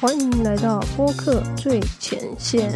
欢迎来到播客最前线，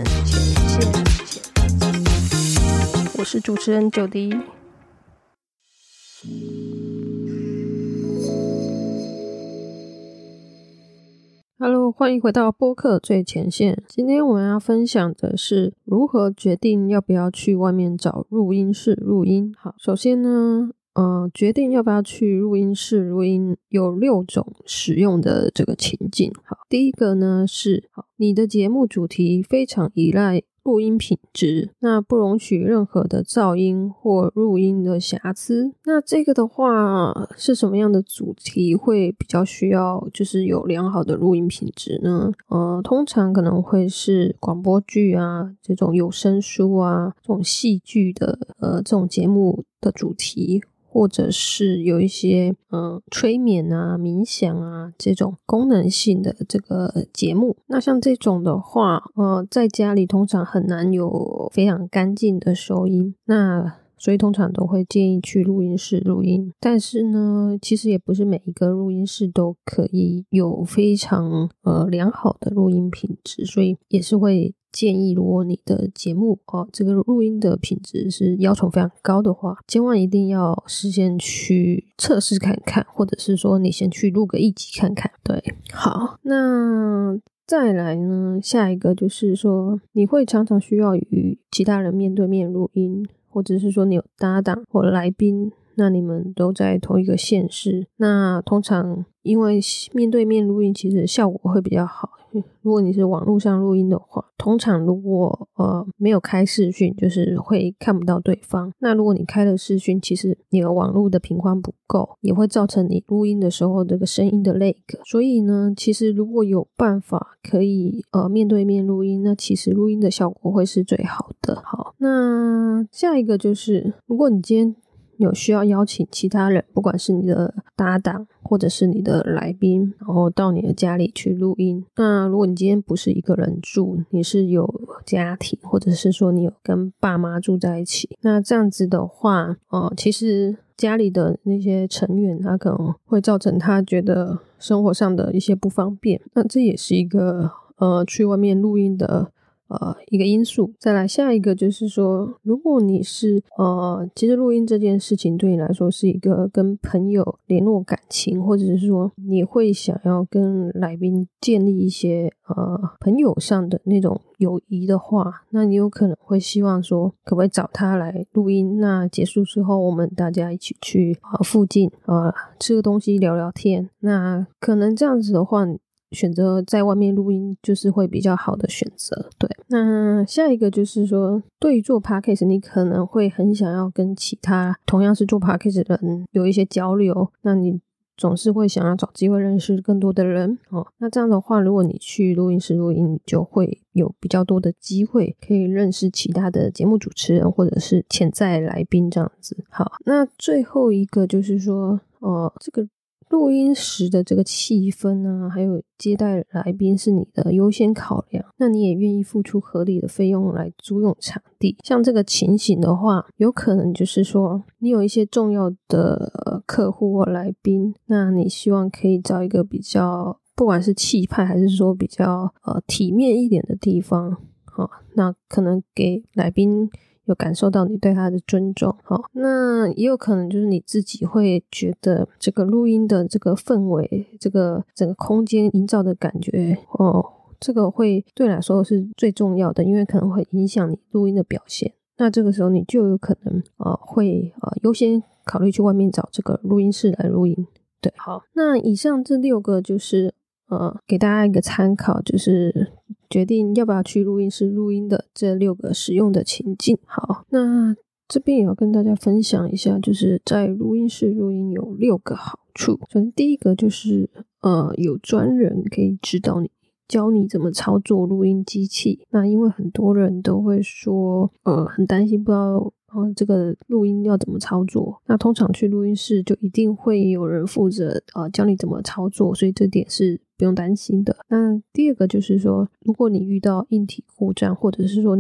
我是主持人九迪。Hello， 欢迎回到播客最前线。今天我们要分享的是如何决定要不要去外面找录音室录音。好，首先呢，决定要不要去录音室录音有6种使用的这个情境。好，第一个呢是，你的节目主题非常依赖录音品质，那不容许任何的噪音或录音的瑕疵。那这个的话是什么样的主题会比较需要就是有良好的录音品质呢？通常可能会是广播剧啊，这种有声书啊，这种戏剧的这种节目的主题，或者是有一些催眠啊、冥想啊这种功能性的这个节目。那像这种的话在家里通常很难有非常干净的收音，那所以通常都会建议去录音室录音。但是呢，其实也不是每一个录音室都可以有非常良好的录音品质，所以也是会建议，如果你的节目这个录音的品质是要求非常高的话，千万一定要事先去测试看看，或者是说你先去录个1集看看。对，好，那再来呢，下一个就是说你会常常需要与其他人面对面录音，或者是说你有搭档或来宾，那你们都在同一个县市，那通常因为面对面录音其实效果会比较好。如果你是网络上录音的话，通常如果没有开视讯，就是会看不到对方。那如果你开了视讯，其实你的网络的频宽不够，也会造成你录音的时候这个声音的 lag。所以呢，其实如果有办法可以面对面录音，那其实录音的效果会是最好的。好，那下一个就是如果你今天有需要邀请其他人，不管是你的搭档或者是你的来宾，然后到你的家里去录音。那如果你今天不是一个人住，你是有家庭，或者是说你有跟爸妈住在一起，那这样子的话其实家里的那些成员他可能会造成他觉得生活上的一些不方便，那这也是一个去外面录音的一个因素。再来下一个就是说，如果你是其实录音这件事情对你来说是一个跟朋友联络感情，或者是说你会想要跟来宾建立一些朋友上的那种友谊的话，那你有可能会希望说可不可以找他来录音，那结束之后我们大家一起去附近吃个东西聊聊天。那可能这样子的话，选择在外面录音就是会比较好的选择。对，那下一个就是说，对于做 podcast 你可能会很想要跟其他同样是做 podcast 的人有一些交流，那你总是会想要找机会认识更多的人那这样的话，如果你去录音室录音，你就会有比较多的机会可以认识其他的节目主持人或者是潜在来宾这样子。好，那最后一个就是说这个录音时的这个气氛啊，还有接待来宾是你的优先考量，那你也愿意付出合理的费用来租用场地。像这个情形的话，有可能就是说你有一些重要的客户或来宾，那你希望可以找一个比较不管是气派还是说比较体面一点的地方那可能给来宾有感受到你对他的尊重。好，那也有可能就是你自己会觉得这个录音的这个氛围，这个整个空间营造的感觉这个会对你来说是最重要的，因为可能会影响你录音的表现。那这个时候你就有可能会优先考虑去外面找这个录音室来录音。对，好，那以上这6个就是给大家一个参考，就是决定要不要去录音室录音的这6个使用的情境。好，那这边也要跟大家分享一下，就是在录音室录音有6个好处。首先第一个就是有专人可以指导你，教你怎么操作录音机器。那因为很多人都会说很担心不知道这个录音要怎么操作，那通常去录音室就一定会有人负责教你怎么操作，所以这点是不用担心的。那第二个就是说，如果你遇到硬体故障，或者是说你有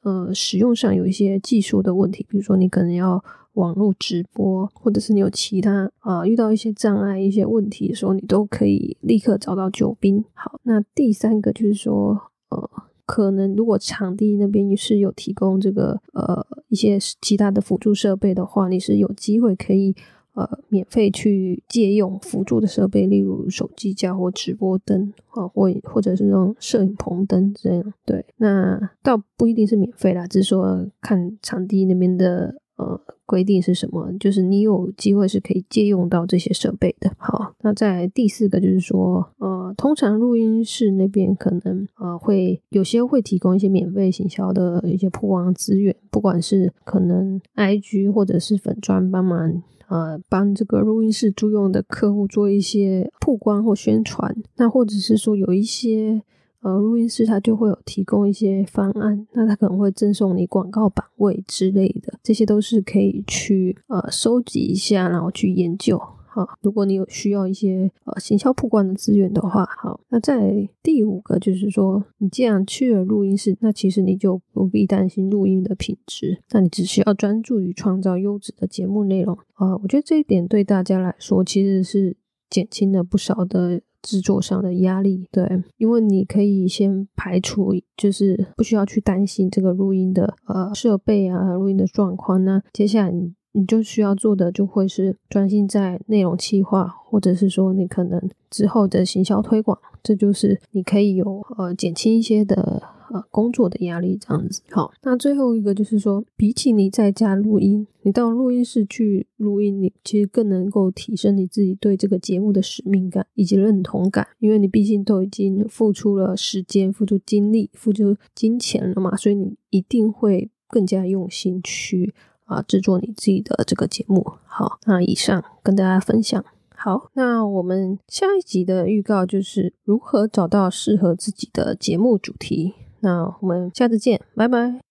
使用上有一些技术的问题，比如说你可能要网络直播，或者是你有其他遇到一些障碍一些问题的时候，你都可以立刻找到救兵。好，那第三个就是说可能如果场地那边是有提供这个一些其他的辅助设备的话，你是有机会可以免费去借用辅助的设备，例如手机架或直播灯或者是那种摄影棚灯这样。对，那倒不一定是免费啦，只是说看场地那边的规定是什么，就是你有机会是可以借用到这些设备的。好，那再来第四个就是说通常录音室那边可能有些会提供一些免费行销的一些曝光资源，不管是可能 IG 或者是粉专帮这个录音室租用的客户做一些曝光或宣传，那或者是说有一些录音室它就会有提供一些方案，那它可能会赠送你广告版位之类的，这些都是可以去收集一下，然后去研究。好，如果你有需要一些行销曝光的资源的话。好，那在第五个就是说，你既然去了录音室，那其实你就不必担心录音的品质，那你只需要专注于创造优质的节目内容。我觉得这一点对大家来说其实是减轻了不少的制作上的压力。对，因为你可以先排除，就是不需要去担心这个录音的设备啊，录音的状况，那接下来你就需要做的就会是专心在内容企划，或者是说你可能之后的行销推广，这就是你可以有减轻一些的工作的压力这样子。好，那最后一个就是说，比起你在家录音，你到录音室去录音，你其实更能够提升你自己对这个节目的使命感以及认同感，因为你毕竟都已经付出了时间、付出精力、付出金钱了嘛，所以你一定会更加用心去制作你自己的这个节目。好，那以上跟大家分享。好，那我们下一集的预告就是如何找到适合自己的节目主题。那我们下次见，拜拜。